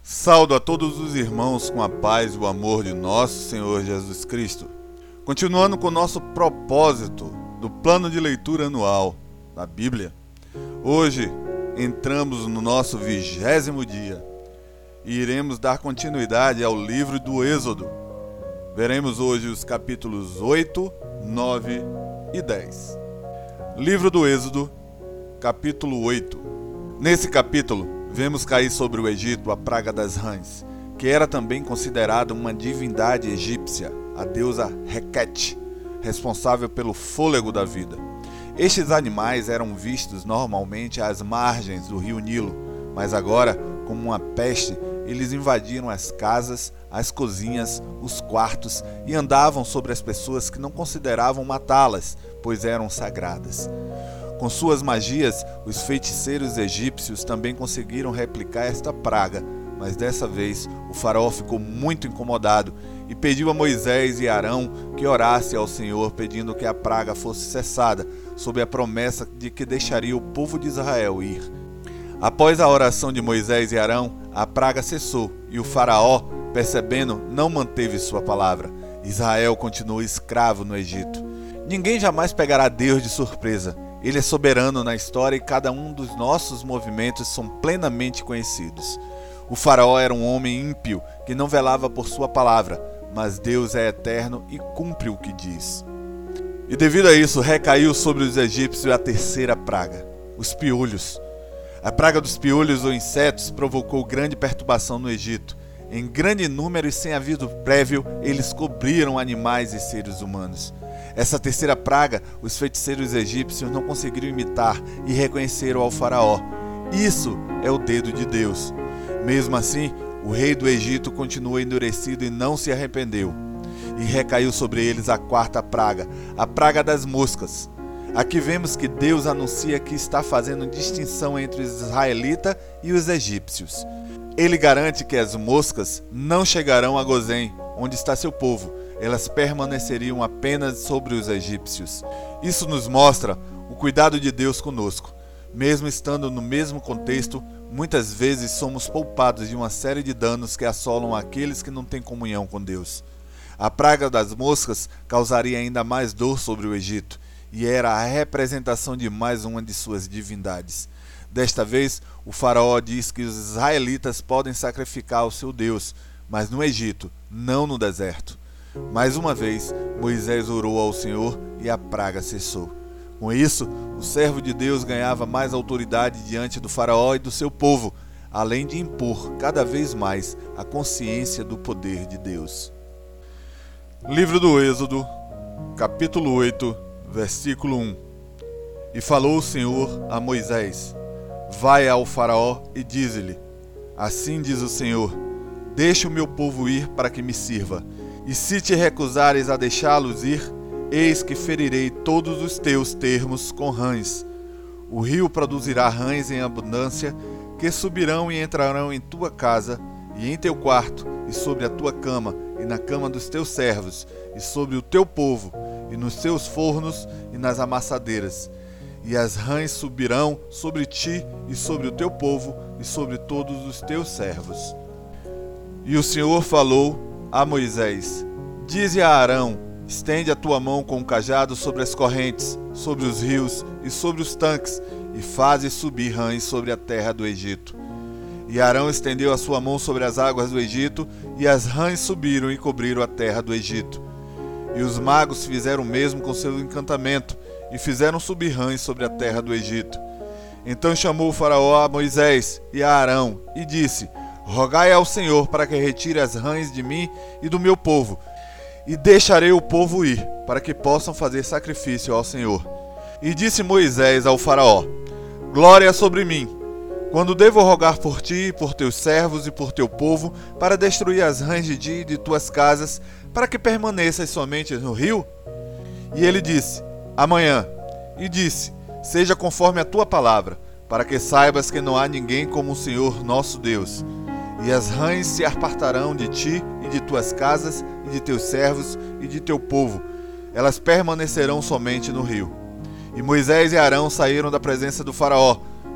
Saúdo a todos os irmãos com a paz e o amor de nosso Senhor Jesus Cristo. Continuando com o nosso propósito do plano de leitura anual da Bíblia, hoje entramos no nosso 20º dia e iremos dar continuidade ao livro do Êxodo. Veremos hoje os capítulos 8, 9 e 10. Livro do Êxodo, capítulo 8. Nesse capítulo, vemos cair sobre o Egito a praga das rãs, que era também considerada uma divindade egípcia, a deusa Requete, responsável pelo fôlego da vida. Estes animais eram vistos normalmente às margens do rio Nilo, mas agora, como uma peste, eles invadiram as casas, as cozinhas, os quartos e andavam sobre as pessoas que não consideravam matá-las, pois eram sagradas. Com suas magias, os feiticeiros egípcios também conseguiram replicar esta praga, mas dessa vez o faraó ficou muito incomodado e pediu a Moisés e Arão que orassem ao Senhor pedindo que a praga fosse cessada, sob a promessa de que deixaria o povo de Israel ir. Após a oração de Moisés e Arão, a praga cessou e o faraó, percebendo, não manteve sua palavra. Israel continuou escravo no Egito. Ninguém jamais pegará Deus de surpresa. Ele é soberano na história e cada um dos nossos movimentos são plenamente conhecidos. O faraó era um homem ímpio que não velava por sua palavra, mas Deus é eterno e cumpre o que diz. E devido a isso, recaiu sobre os egípcios a terceira praga, os piolhos. A praga dos piolhos ou insetos provocou grande perturbação no Egito. Em grande número e sem aviso prévio, eles cobriram animais e seres humanos. Essa terceira praga, os feiticeiros egípcios não conseguiram imitar e reconheceram ao faraó. Isso é o dedo de Deus. Mesmo assim, o rei do Egito continuou endurecido e não se arrependeu. E recaiu sobre eles a quarta praga, a praga das moscas. Aqui vemos que Deus anuncia que está fazendo distinção entre os israelitas e os egípcios. Ele garante que as moscas não chegarão a Gozém, onde está seu povo. Elas permaneceriam apenas sobre os egípcios. Isso nos mostra o cuidado de Deus conosco. Mesmo estando no mesmo contexto, muitas vezes somos poupados de uma série de danos que assolam aqueles que não têm comunhão com Deus. A praga das moscas causaria ainda mais dor sobre o Egito, e era a representação de mais uma de suas divindades. Desta vez, o faraó diz que os israelitas podem sacrificar ao seu Deus, mas no Egito, não no deserto. Mais uma vez, Moisés orou ao Senhor e a praga cessou. Com isso, o servo de Deus ganhava mais autoridade diante do faraó e do seu povo, além de impor cada vez mais a consciência do poder de Deus. Livro do Êxodo, capítulo 8, versículo 1. E falou o Senhor a Moisés: Vai ao faraó e dize-lhe: Assim diz o Senhor, deixa o meu povo ir para que me sirva. E se te recusares a deixá-los ir, eis que ferirei todos os teus termos com rãs. O rio produzirá rãs em abundância, que subirão e entrarão em tua casa, e em teu quarto, e sobre a tua cama, e na cama dos teus servos, e sobre o teu povo, e nos teus fornos, e nas amassadeiras. E as rãs subirão sobre ti, e sobre o teu povo, e sobre todos os teus servos. E o Senhor falou a Moisés: Dize a Arão: Estende a tua mão com o cajado sobre as correntes, sobre os rios e sobre os tanques, e faze subir rãs sobre a terra do Egito. E Arão estendeu a sua mão sobre as águas do Egito, e as rãs subiram e cobriram a terra do Egito. E os magos fizeram o mesmo com seu encantamento, e fizeram subir rãs sobre a terra do Egito. Então chamou o faraó a Moisés e a Arão, e disse: Rogai ao Senhor para que retire as rãs de mim e do meu povo, e deixarei o povo ir, para que possam fazer sacrifício ao Senhor. E disse Moisés ao faraó: Glória sobre mim, quando devo rogar por ti, por teus servos e por teu povo, para destruir as rãs de ti e de tuas casas, para que permaneças somente no rio? E ele disse: Amanhã. E disse: Seja conforme a tua palavra, para que saibas que não há ninguém como o Senhor nosso Deus. E as rãs se apartarão de ti e de tuas casas e de teus servos e de teu povo. Elas permanecerão somente no rio. E Moisés e Arão saíram da presença do faraó,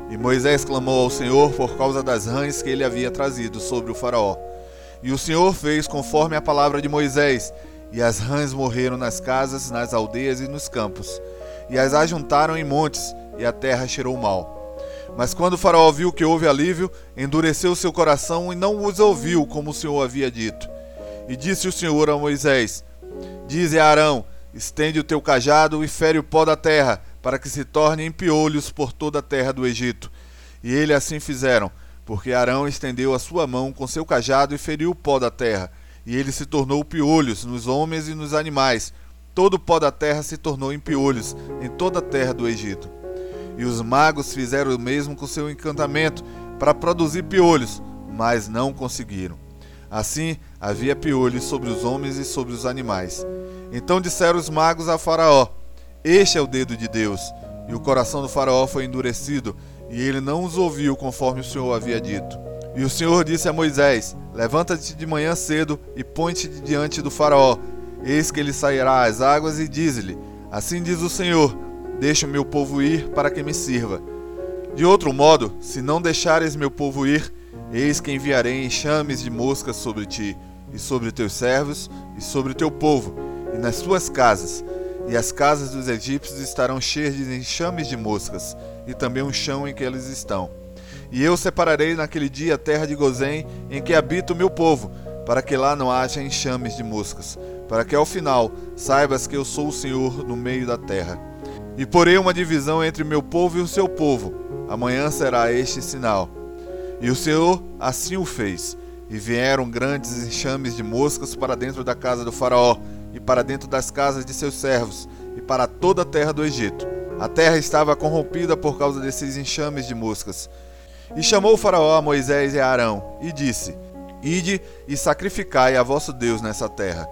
E Moisés clamou ao Senhor por causa das rãs que ele havia trazido sobre o faraó. E o Senhor fez conforme a palavra de Moisés, e as rãs morreram nas casas, nas aldeias e nos campos. E as ajuntaram em montes, e a terra cheirou mal. Mas quando o faraó viu que houve alívio, endureceu seu coração e não os ouviu, como o Senhor havia dito. E disse o Senhor a Moisés: Dize a Arão: estende o teu cajado e fere o pó da terra, para que se torne em piolhos por toda a terra do Egito. E ele assim fizeram, porque Arão estendeu a sua mão com seu cajado e feriu o pó da terra, e ele se tornou piolhos nos homens e nos animais. Todo o pó da terra se tornou em piolhos em toda a terra do Egito. E os magos fizeram o mesmo com seu encantamento, para produzir piolhos, mas não conseguiram. Assim, havia piolhos sobre os homens e sobre os animais. Então disseram os magos a Faraó: Este é o dedo de Deus. E o coração do Faraó foi endurecido, e ele não os ouviu conforme o Senhor havia dito. E o Senhor disse a Moisés: Levanta-te de manhã cedo e põe-te diante do Faraó. Eis que ele sairá às águas, e dize-lhe: Assim diz o Senhor: Deixa o meu povo ir, para que me sirva. De outro modo, se não deixares meu povo ir, eis que enviarei enxames de moscas sobre ti, e sobre teus servos, e sobre teu povo, e nas tuas casas. E as casas dos egípcios estarão cheias de enxames de moscas, e também o chão em que eles estão. E eu separarei naquele dia a terra de Gozém, em que habita o meu povo, para que lá não haja enxames de moscas, para que ao final saibas que eu sou o Senhor no meio da terra. E porei uma divisão entre o meu povo e o seu povo. Amanhã será este sinal. E o Senhor assim o fez. E vieram grandes enxames de moscas para dentro da casa do Faraó, e para dentro das casas de seus servos, e para toda a terra do Egito. A terra estava corrompida por causa desses enxames de moscas. E chamou o Faraó a Moisés e a Arão, e disse: Ide e sacrificai a vosso Deus nessa terra.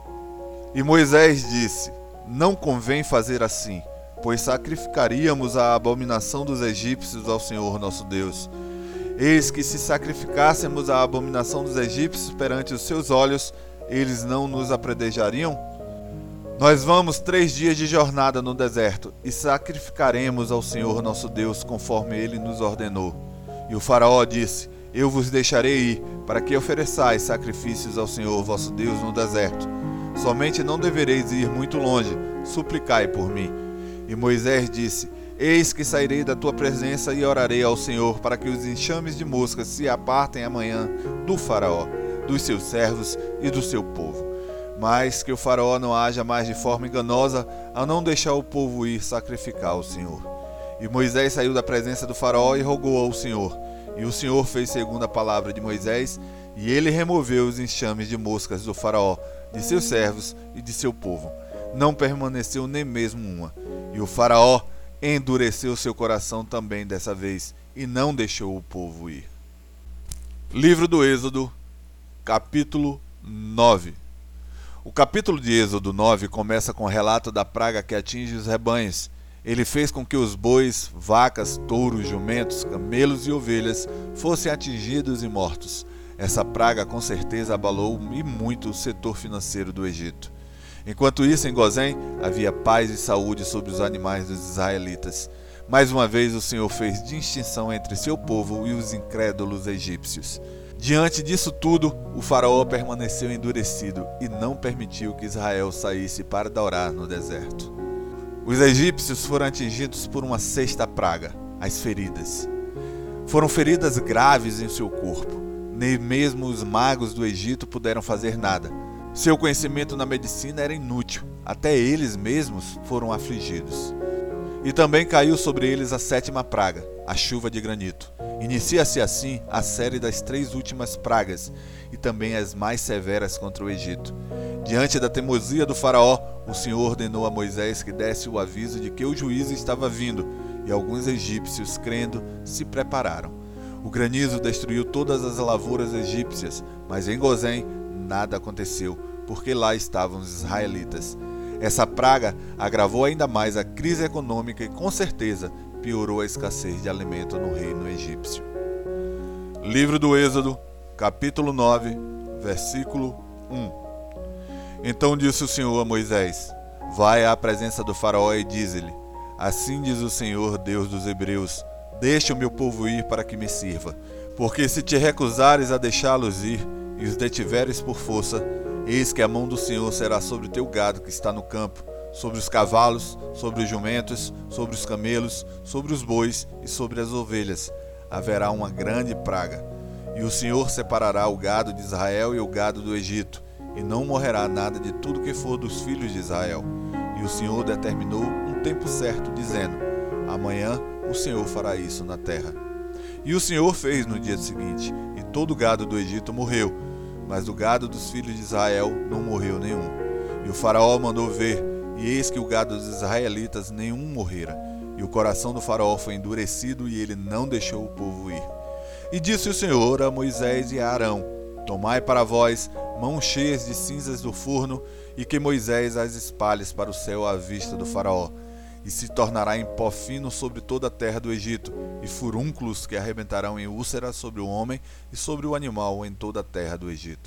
E Moisés disse: Não convém fazer assim, pois sacrificaríamos a abominação dos egípcios ao Senhor nosso Deus. Eis que se sacrificássemos a abominação dos egípcios perante os seus olhos, eles não nos apredejariam? Nós vamos 3 dias de jornada no deserto, e sacrificaremos ao Senhor nosso Deus, conforme ele nos ordenou. E o Faraó disse: Eu vos deixarei ir, para que ofereçais sacrifícios ao Senhor vosso Deus no deserto. Somente não devereis ir muito longe, suplicai por mim. E Moisés disse: Eis que sairei da tua presença e orarei ao Senhor, para que os enxames de moscas se apartem amanhã do Faraó, dos seus servos e do seu povo. Mas que o Faraó não haja mais de forma enganosa, a não deixar o povo ir sacrificar ao Senhor. E Moisés saiu da presença do Faraó e rogou ao Senhor. E o Senhor fez segundo a palavra de Moisés, e ele removeu os enxames de moscas do Faraó, de seus servos e de seu povo. Não permaneceu nem mesmo uma. E o Faraó endureceu seu coração também dessa vez, e não deixou o povo ir. Livro do Êxodo, capítulo 9. O capítulo de Êxodo 9 começa com o relato da praga que atinge os rebanhos. Ele fez com que os bois, vacas, touros, jumentos, camelos e ovelhas fossem atingidos e mortos. Essa praga com certeza abalou e muito o setor financeiro do Egito. Enquanto isso, em Gozém, havia paz e saúde sobre os animais dos israelitas. Mais uma vez o Senhor fez distinção entre seu povo e os incrédulos egípcios. Diante disso tudo, o Faraó permaneceu endurecido e não permitiu que Israel saísse para adorar no deserto. Os egípcios foram atingidos por uma 6ª praga, as feridas. Foram feridas graves em seu corpo. Nem mesmo os magos do Egito puderam fazer nada. Seu conhecimento na medicina era inútil. Até eles mesmos foram afligidos. E também caiu sobre eles a 7ª praga, a chuva de granito. Inicia-se assim a série das 3 últimas pragas, e também as mais severas contra o Egito. Diante da teimosia do Faraó, o Senhor ordenou a Moisés que desse o aviso de que o juízo estava vindo, e alguns egípcios, crendo, se prepararam. O granizo destruiu todas as lavouras egípcias, mas em Gozém nada aconteceu, porque lá estavam os israelitas. Essa praga agravou ainda mais a crise econômica e, com certeza, piorou a escassez de alimento no reino egípcio. Livro do Êxodo, capítulo 9, versículo 1. Então disse o Senhor a Moisés: Vai à presença do Faraó e dize-lhe: Assim diz o Senhor, Deus dos Hebreus: deixa o meu povo ir para que me sirva. Porque se te recusares a deixá-los ir e os detiveres por força, eis que a mão do Senhor será sobre o teu gado que está no campo, sobre os cavalos, sobre os jumentos, sobre os camelos, sobre os bois e sobre as ovelhas. Haverá uma grande praga. E o Senhor separará o gado de Israel e o gado do Egito, e não morrerá nada de tudo que for dos filhos de Israel. E o Senhor determinou um tempo certo, dizendo: amanhã o Senhor fará isso na terra. E o Senhor fez no dia seguinte, e todo o gado do Egito morreu, mas do gado dos filhos de Israel não morreu nenhum. E o faraó mandou ver, e eis que o gado dos israelitas nenhum morrera. E o coração do faraó foi endurecido, e ele não deixou o povo ir. E disse o Senhor a Moisés e a Arão: tomai para vós mãos cheias de cinzas do forno, e que Moisés as espalhe para o céu à vista do faraó. E se tornará em pó fino sobre toda a terra do Egito, e furúnculos que arrebentarão em úlceras sobre o homem e sobre o animal em toda a terra do Egito.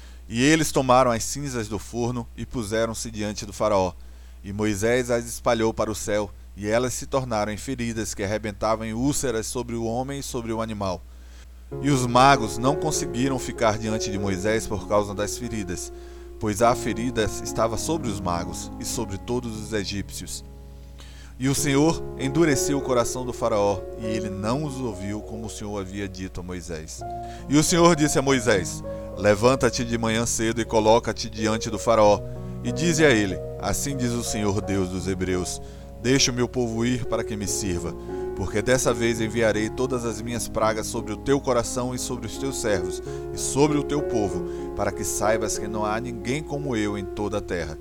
E eles tomaram as cinzas do forno e puseram-se diante do faraó. E Moisés as espalhou para o céu, e elas se tornaram em feridas que arrebentavam em úlceras sobre o homem e sobre o animal. E os magos não conseguiram ficar diante de Moisés por causa das feridas, pois a ferida estava sobre os magos e sobre todos os egípcios. E o Senhor endureceu o coração do faraó, e ele não os ouviu como o Senhor havia dito a Moisés. E o Senhor disse a Moisés: levanta-te de manhã cedo e coloca-te diante do faraó, e dize a ele: assim diz o Senhor Deus dos Hebreus: deixa o meu povo ir para que me sirva, porque dessa vez enviarei todas as minhas pragas sobre o teu coração e sobre os teus servos, e sobre o teu povo, para que saibas que não há ninguém como eu em toda a terra.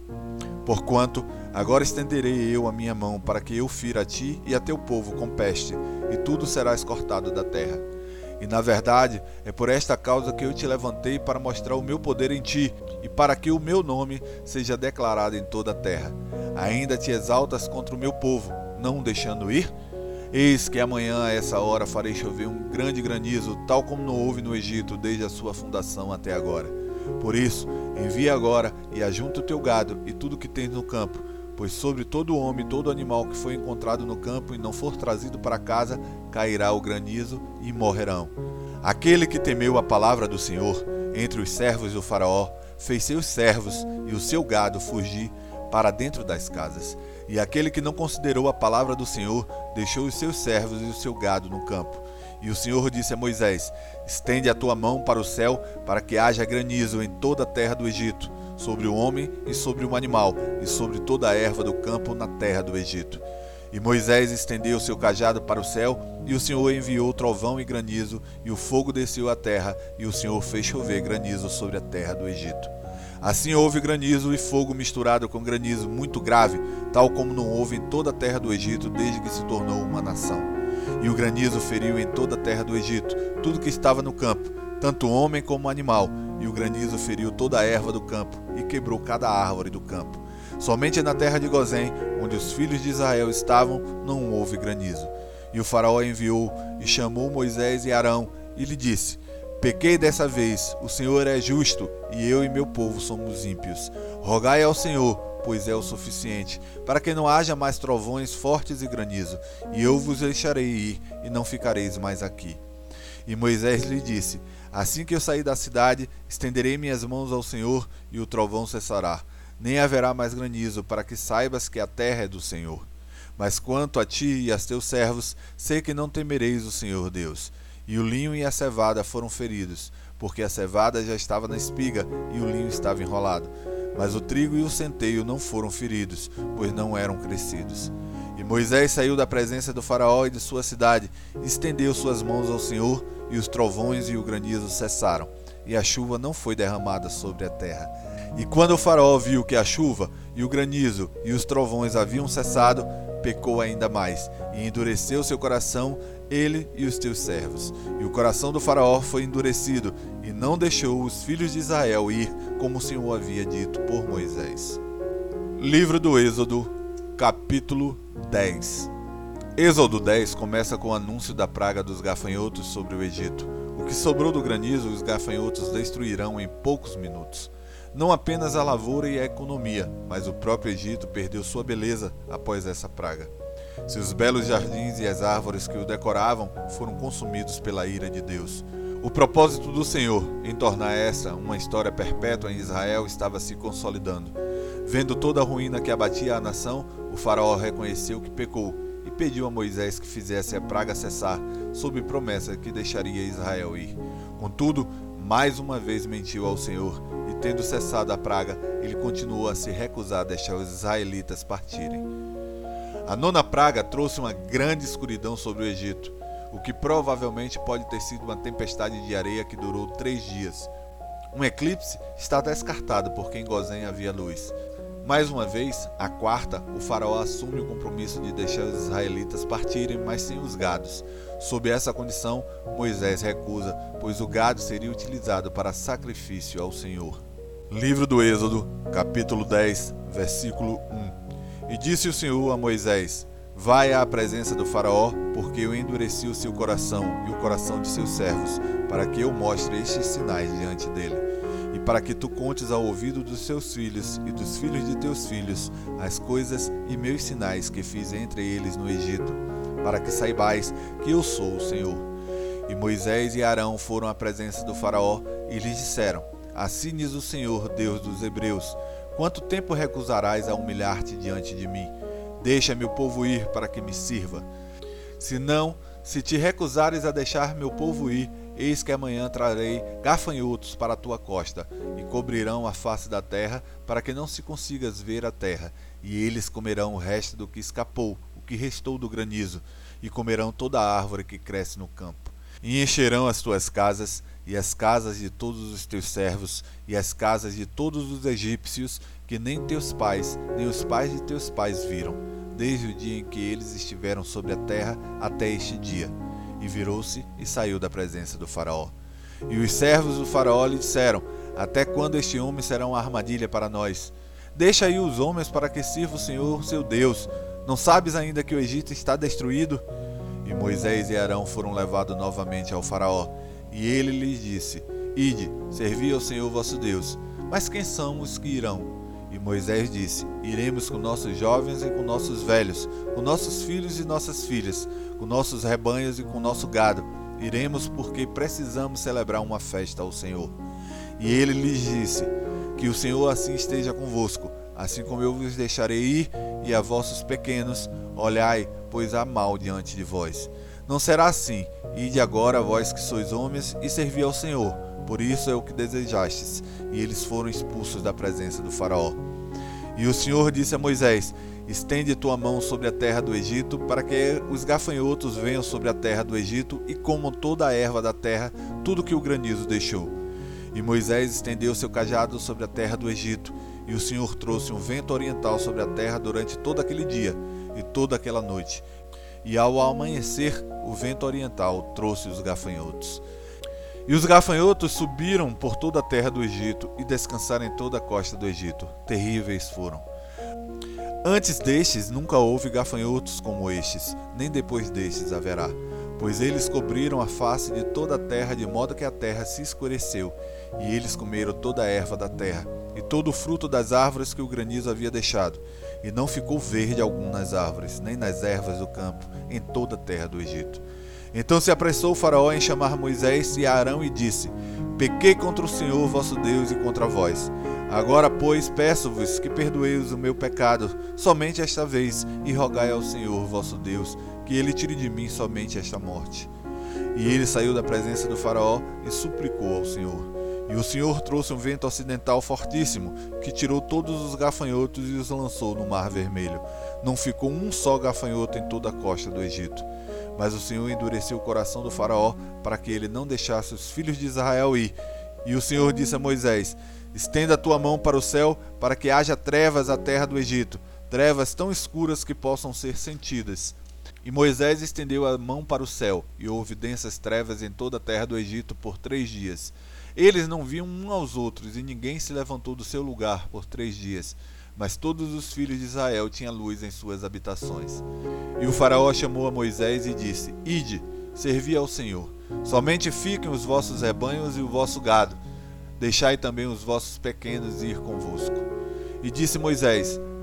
Porquanto agora estenderei eu a minha mão para que eu fira a ti e a teu povo com peste, e tudo serás cortado da terra. E na verdade é por esta causa que eu te levantei para mostrar o meu poder em ti, e para que o meu nome seja declarado em toda a terra. Ainda te exaltas contra o meu povo, não o deixando ir? Eis que amanhã a essa hora farei chover um grande granizo, tal como não houve no Egito desde a sua fundação até agora. Por isso, envia agora e ajunta o teu gado e tudo que tens no campo, pois sobre todo homem e todo animal que foi encontrado no campo e não for trazido para casa, cairá o granizo e morrerão. Aquele que temeu a palavra do Senhor, entre os servos do faraó, fez seus servos e o seu gado fugir para dentro das casas. E aquele que não considerou a palavra do Senhor, deixou os seus servos e o seu gado no campo. E o Senhor disse a Moisés: estende a tua mão para o céu, para que haja granizo em toda a terra do Egito, sobre o homem e sobre o animal, e sobre toda a erva do campo na terra do Egito. E Moisés estendeu o seu cajado para o céu, e o Senhor enviou trovão e granizo, e o fogo desceu à terra, e o Senhor fez chover granizo sobre a terra do Egito. Assim houve granizo e fogo misturado com granizo muito grave, tal como não houve em toda a terra do Egito desde que se tornou uma nação. E o granizo feriu em toda a terra do Egito tudo que estava no campo, tanto homem como animal, e o granizo feriu toda a erva do campo e quebrou cada árvore do campo. Somente na terra de Gozém, onde os filhos de Israel estavam, não houve granizo. E o faraó enviou e chamou Moisés e Arão e lhe disse: pequei dessa vez, o Senhor é justo, e eu e meu povo somos ímpios. Rogai ao Senhor, pois é o suficiente, para que não haja mais trovões fortes e granizo, e eu vos deixarei ir, e não ficareis mais aqui. E Moisés lhe disse: assim que eu sair da cidade, estenderei minhas mãos ao Senhor, e o trovão cessará. Nem haverá mais granizo, para que saibas que a terra é do Senhor. Mas quanto a ti e a teus servos, sei que não temereis o Senhor Deus. E o linho e a cevada foram feridos, porque a cevada já estava na espiga e o linho estava enrolado. Mas o trigo e o centeio não foram feridos, pois não eram crescidos. E Moisés saiu da presença do faraó e de sua cidade, e estendeu suas mãos ao Senhor, e os trovões e o granizo cessaram, e a chuva não foi derramada sobre a terra. E quando o faraó viu que a chuva, e o granizo, e os trovões haviam cessado, pecou ainda mais, e endureceu seu coração, ele e os teus servos. E o coração do faraó foi endurecido, e não deixou os filhos de Israel ir, como o Senhor havia dito por Moisés. Livro do Êxodo, capítulo 10. Êxodo 10 começa com o anúncio da praga dos gafanhotos sobre o Egito. O que sobrou do granizo, os gafanhotos destruirão em poucos minutos. Não apenas a lavoura e a economia, mas o próprio Egito perdeu sua beleza após essa praga. Seus belos jardins e as árvores que o decoravam foram consumidos pela ira de Deus. O propósito do Senhor em tornar essa uma história perpétua em Israel estava se consolidando. Vendo toda a ruína que abatia a nação, o faraó reconheceu que pecou e pediu a Moisés que fizesse a praga cessar, sob promessa que deixaria Israel ir. Contudo, mais uma vez mentiu ao Senhor, e tendo cessado a praga, ele continuou a se recusar a deixar os israelitas partirem. A nona praga trouxe uma grande escuridão sobre o Egito, o que provavelmente pode ter sido uma tempestade de areia que durou 3 dias. Um eclipse está descartado porque em Gozém havia luz. Mais uma vez, a quarta, o faraó assume o compromisso de deixar os israelitas partirem, mas sem os gados. Sob essa condição, Moisés recusa, pois o gado seria utilizado para sacrifício ao Senhor. Livro do Êxodo, capítulo 10, versículo 1. E disse o Senhor a Moisés: Vai à presença do faraó, porque eu endureci o seu coração e o coração de seus servos, para que eu mostre estes sinais diante dele, e para que tu contes ao ouvido dos seus filhos e dos filhos de teus filhos as coisas e meus sinais que fiz entre eles no Egito, para que saibais que eu sou o Senhor. E Moisés e Arão foram à presença do faraó e lhes disseram: Assim diz o Senhor, Deus dos hebreus: Quanto tempo recusarás a humilhar-te diante de mim? Deixa meu povo ir para que me sirva. Se te recusares a deixar meu povo ir, eis que amanhã trarei gafanhotos para a tua costa, e cobrirão a face da terra, para que não se consigas ver a terra, e eles comerão o resto do que escapou, o que restou do granizo, e comerão toda a árvore que cresce no campo. E encherão as tuas casas, e as casas de todos os teus servos, e as casas de todos os egípcios, que nem teus pais, nem os pais de teus pais viram, desde o dia em que eles estiveram sobre a terra até este dia. E virou-se e saiu da presença do faraó. E os servos do faraó lhe disseram: Até quando este homem será uma armadilha para nós? Deixa aí os homens para que sirva o Senhor seu Deus. Não sabes ainda que o Egito está destruído? E Moisés e Arão foram levados novamente ao faraó. E ele lhes disse: Ide, servi ao Senhor vosso Deus. Mas quem são os que irão? E Moisés disse: Iremos com nossos jovens e com nossos velhos, com nossos filhos e nossas filhas, com nossos rebanhos e com nosso gado. Iremos porque precisamos celebrar uma festa ao Senhor. E ele lhes disse: Que o Senhor assim esteja convosco, assim como eu vos deixarei ir, e a vossos pequenos, olhai, pois há mal diante de vós. Não será assim. Ide agora, vós que sois homens, e servi ao Senhor. Por isso é o que desejastes. E eles foram expulsos da presença do faraó. E o Senhor disse a Moisés: Estende tua mão sobre a terra do Egito, para que os gafanhotos venham sobre a terra do Egito e comam toda a erva da terra, tudo que o granizo deixou. E Moisés estendeu seu cajado sobre a terra do Egito, e o Senhor trouxe um vento oriental sobre a terra durante todo aquele dia e toda aquela noite. E ao amanhecer, o vento oriental trouxe os gafanhotos. E os gafanhotos subiram por toda a terra do Egito e descansaram em toda a costa do Egito. Terríveis foram. Antes destes nunca houve gafanhotos como estes, nem depois destes haverá. Pois eles cobriram a face de toda a terra, de modo que a terra se escureceu. E eles comeram toda a erva da terra, e todo o fruto das árvores que o granizo havia deixado. E não ficou verde algum nas árvores, nem nas ervas do campo, em toda a terra do Egito. Então se apressou o faraó em chamar Moisés e Arão e disse: Pequei contra o Senhor vosso Deus e contra vós. Agora, pois, peço-vos que perdoeis o meu pecado somente esta vez, e rogai ao Senhor vosso Deus, que ele tire de mim somente esta morte. E ele saiu da presença do faraó e suplicou ao Senhor. E o Senhor trouxe um vento ocidental fortíssimo, que tirou todos os gafanhotos e os lançou no mar vermelho. Não ficou um só gafanhoto em toda a costa do Egito. Mas o Senhor endureceu o coração do faraó, para que ele não deixasse os filhos de Israel ir. E o Senhor disse a Moisés: Estenda a tua mão para o céu, para que haja trevas na terra do Egito, trevas tão escuras que possam ser sentidas. E Moisés estendeu a mão para o céu, e houve densas trevas em toda a terra do Egito por 3 dias. Eles não viam um aos outros, e ninguém se levantou do seu lugar por 3 dias. Mas todos os filhos de Israel tinham luz em suas habitações. E o faraó chamou a Moisés e disse: Ide, servi ao Senhor. Somente fiquem os vossos rebanhos e o vosso gado. Deixai também os vossos pequenos ir convosco. E disse Moisés: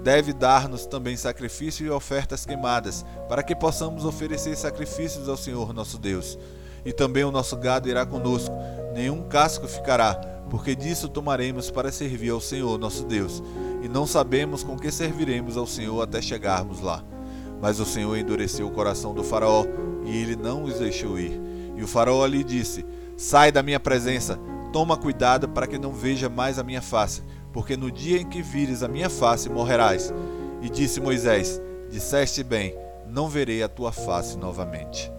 deve dar-nos também sacrifício e ofertas queimadas, para que possamos oferecer sacrifícios ao Senhor nosso Deus. E também o nosso gado irá conosco, nenhum casco ficará, porque disso tomaremos para servir ao Senhor nosso Deus, e não sabemos com que serviremos ao Senhor até chegarmos lá. Mas o Senhor endureceu o coração do faraó, e ele não os deixou ir. E o faraó lhe disse: sai da minha presença, toma cuidado para que não veja mais a minha face, porque no dia em que vires a minha face morrerás. E disse Moisés: disseste bem, não verei a tua face novamente.